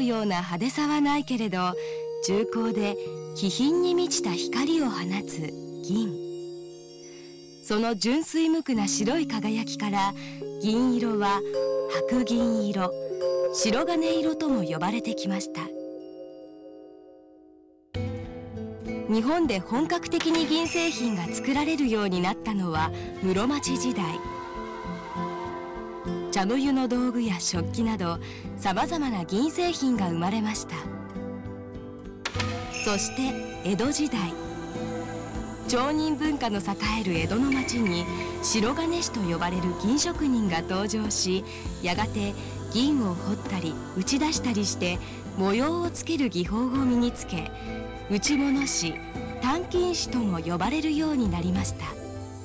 ような派手さはないけれど、重厚で気品に満ちた光を放つ銀。その純粋無垢な白い輝きから、銀色は白銀色、白金色とも呼ばれてきました。日本で本格的に銀製品が作られるようになったのは室町時代。茶の湯の道具や食器など、さまざまな銀製品が生まれました。そして江戸時代、町人文化の栄える江戸の町に白金師と呼ばれる銀職人が登場し、やがて銀を掘ったり打ち出したりして模様をつける技法を身につけ、打ち物師、鍛金師とも呼ばれるようになりました。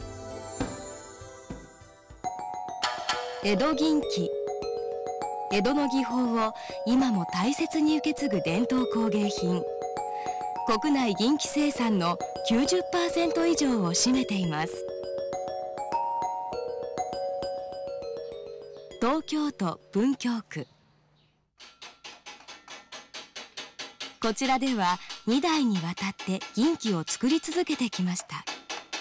江戸銀器。江戸の技法を今も大切に受け継ぐ伝統工芸品。国内銀器生産の 90% 以上を占めています。東京都文京区。こちらでは2代にわたって銀器を作り続けてきました。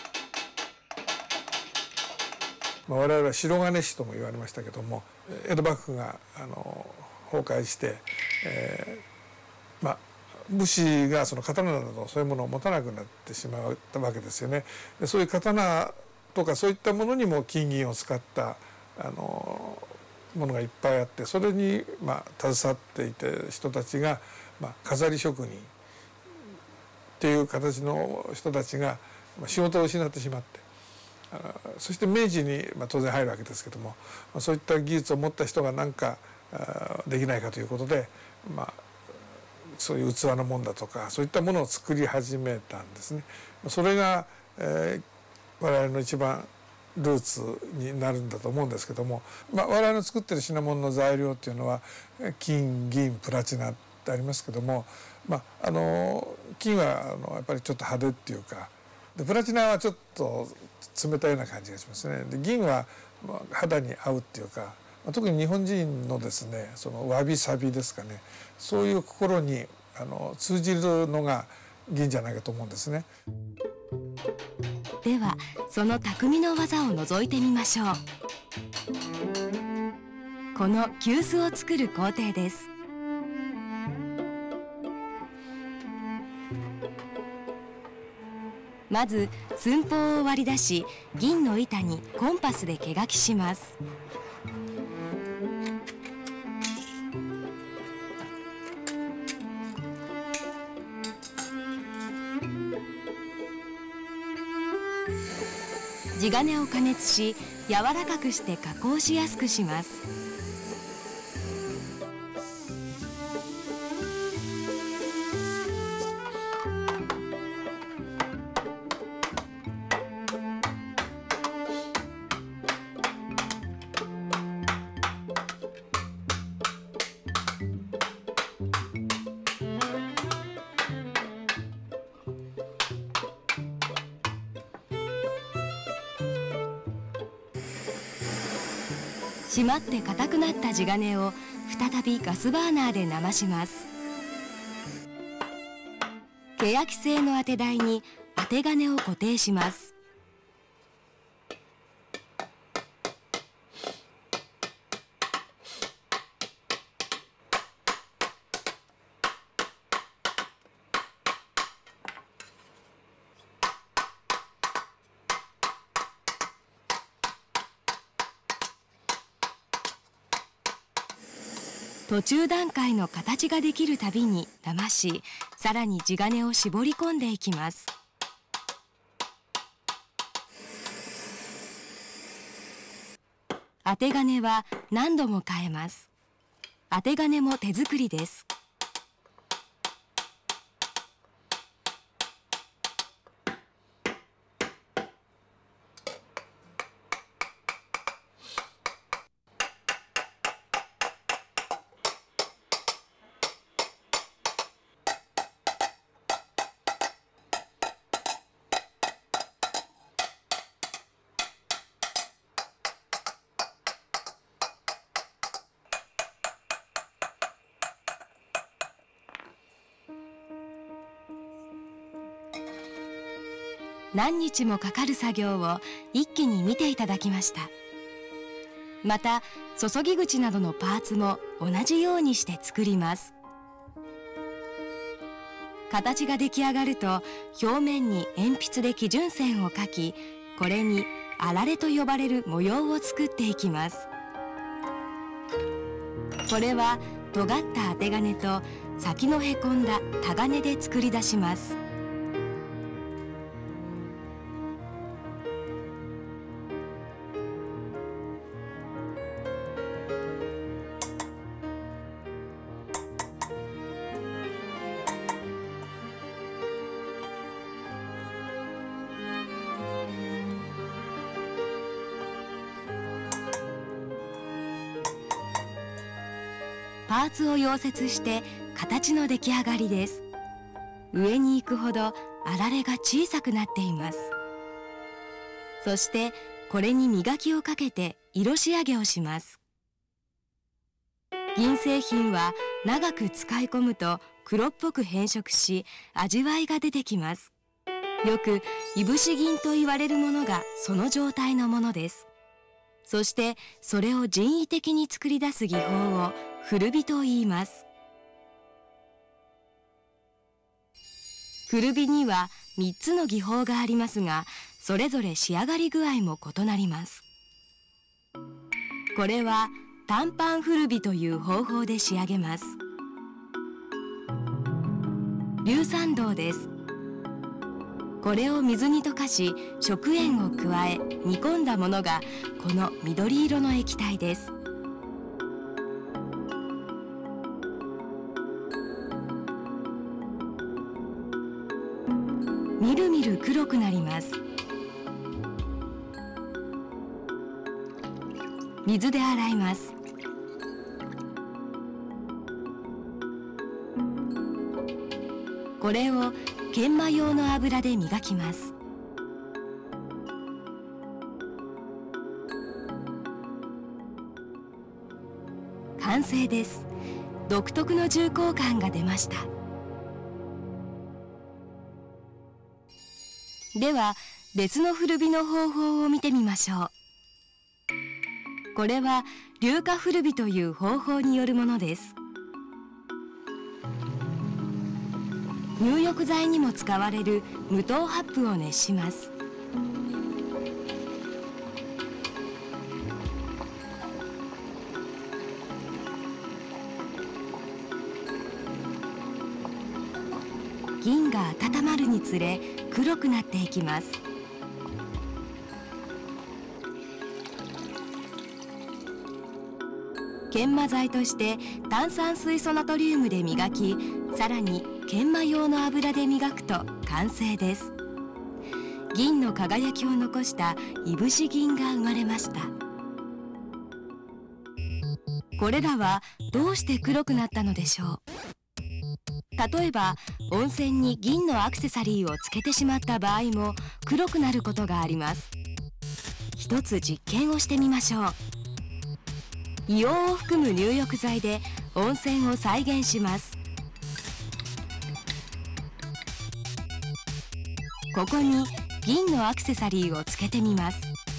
我々は白金師とも言われましたけども、江戸幕府が崩壊して、武士がその刀などそういうものを持たなくなってしまったわけですよね。でそういう刀とかそういったものにも金銀を使ったものがいっぱいあって、それに携わっていて人たちが、飾り職人っていう形の人たちが仕事を失ってしまって、そして明治に当然入るわけですけども、そういった技術を持った人が何かできないかということで、そういう器のもんだとかそういったものを作り始めたんですね。それが、我々の一番ルーツになるんだと思うんですけども、我々の作ってる品物の材料っていうのは金銀プラチナってありますけども、金はやっぱりちょっと派手っていうか、でプラチナはちょっと冷たいような感じがしますね。で銀は肌に合うっていうか、特に日本人のですね、そのわびさびですかね、そういう心に通じるのが銀じゃないかと思うんですね。 ではその匠の技を覗いてみましょう。この急須を作る工程です。まず寸法を割り出し、銀の板にコンパスで毛書きします。地金を加熱し、柔らかくして加工しやすくします。締まって硬くなった地金を再びガスバーナーで生します。毛焼き製の当て台に当て金を固定します。途中段階の形ができるたびに生し、さらに地金を絞り込んでいきます。当て金は何度も変えます。当て金も手作りです。 何日もかかる作業を一気に見ていただきました。また注ぎ口などのパーツも同じようにして作ります。形が出来上がると表面に鉛筆で基準線を描き、これにあられと呼ばれる模様を作っていきます。これは尖った当て金と先のへこんだタガネで作り出します。パーツを溶接して形の出来上がりです。上に行くほどあられが小さくなっています。そしてこれに磨きをかけて色仕上げをします。銀製品は長く使い込むと黒っぽく変色し、味わいが出てきます。よくいぶし銀と言われるものがその状態のものです。そしてそれを人為的に作り出す技法を古火と言います。古火には3つの技法がありますが、それぞれ仕上がり具合も異なります。これは単板古火という方法で仕上げます。硫酸銅です。これを水に溶かし食塩を加え煮込んだものがこの緑色の液体です。みるみる黒くなります。水で洗います。これを研磨用の油で磨きます。完成です。独特の重厚感が出ました。では別の古火の方法を見てみましょう。これは硫化古火という方法によるものです。入浴剤にも使われる無糖ハップを熱します。銀が温まるにつれ黒くなっていきます。研磨剤として炭酸水素ナトリウムで磨き、さらに研磨用の油で磨くと完成です。銀の輝きを残したいぶし銀が生まれました。これらはどうして黒くなったのでしょう。例えば温泉に銀のアクセサリーをつけてしまった場合も黒くなることがあります。一つ実験をしてみましょう。硫黄を含む入浴剤で温泉を再現します。ここに銀のアクセサリーをつけてみます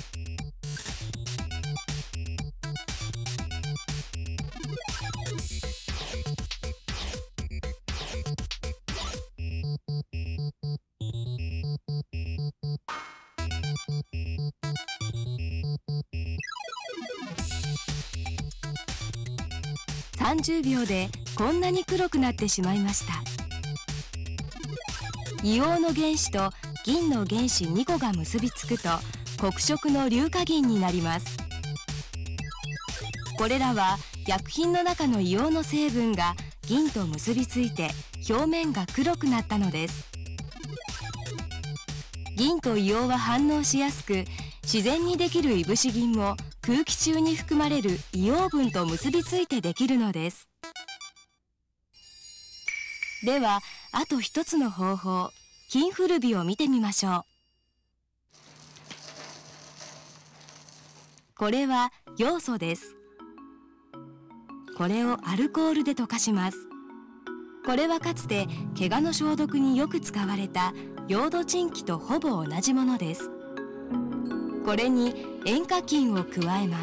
。30秒でこんなに黒くなってしまいました。硫黄の原子と銀の原子2個が結びつくと黒色の硫化銀になります。これらは薬品の中の硫黄の成分が銀と結びついて表面が黒くなったのです。銀と硫黄は反応しやすく、自然にできるいぶし銀も空気中に含まれる硫黄分と結びついてできるのです。ではあと一つの方法、金古火を見てみましょう。これはヨウ素です。これをアルコールで溶かします。 これはかつて怪我の消毒によく使われたヨードチンキとほぼ同じものです。これに塩化菌を加えます。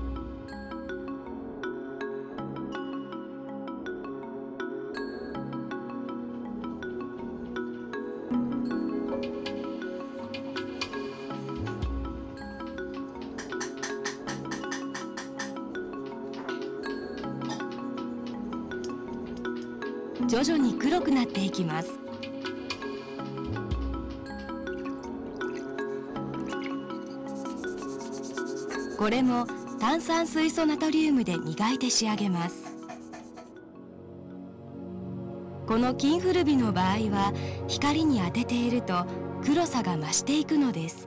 徐々に黒くなっていきます。これも炭酸水素ナトリウムで磨いて仕上げます。この金古日の場合は光に当てていると黒さが増していくのです。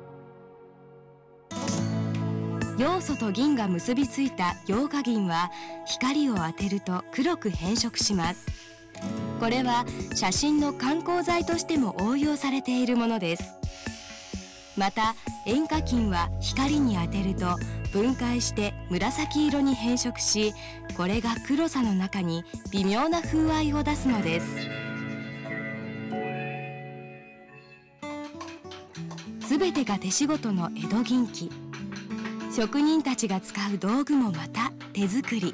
ヨウ素と銀が結びついたヨウ化銀は光を当てると黒く変色します。これは写真の観光剤としても応用されているものです。また塩化金は光に当てると分解して紫色に変色し、これが黒さの中に微妙な風合いを出すのです。すべてが手仕事の江戸銀器。職人たちが使う道具もまた手作り。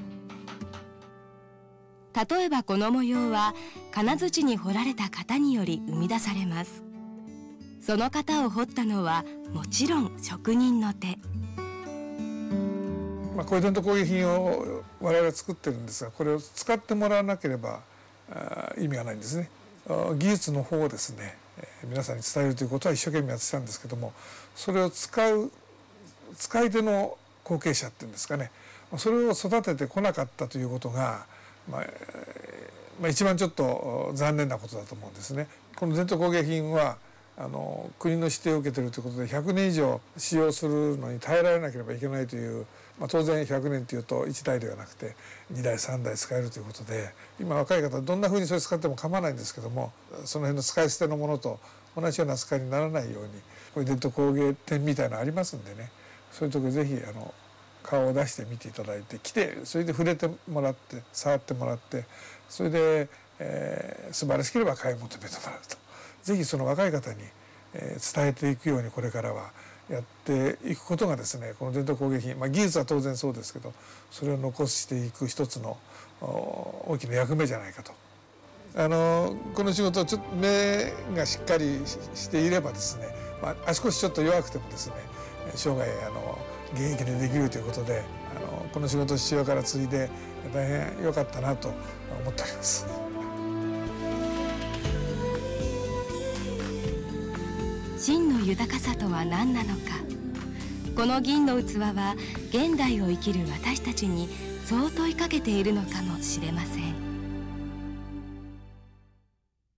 例えばこの模様は金槌に彫られた型により生み出されます。その型を彫ったのはもちろん職人の手。 こういう伝統工芸品を我々は作ってるんですが、これを使ってもらわなければ意味がないんですね。技術の方をですね、皆さんに伝えるということは一生懸命やってたんですけども、それを使い手の後継者っていうんですかね、それを育ててこなかったということが、一番ちょっと残念なことだと思うんですね。この伝統工芸品は国の指定を受けているということで100年以上使用するのに耐えられなければいけないという、当然100年というと1代ではなくて2代3代使えるということで、今若い方はどんなふうにそれ使っても構わないんですけども、その辺の使い捨てのものと同じような扱いにならないように、こういう伝統工芸展みたいなのありますんでね、そういうところぜひ顔を出して見ていただいて、来てそれで触れてもらって触ってもらって、それで、素晴らしければ買い求めてもらうと。ぜひその若い方に伝えていくようにこれからはやっていくことがですね、この伝統工芸品、技術は当然そうですけど、それを残していく一つの大きな役目じゃないかと。この仕事ちょっと目がしっかりしていればですね、足腰ちょっと弱くてもですね、生涯現役でできるということで、この仕事を父親から継いで大変良かったなと思っております。 真の豊かさとは何なのか。この銀の器は現代を生きる私たちにそう問いかけているのかもしれません。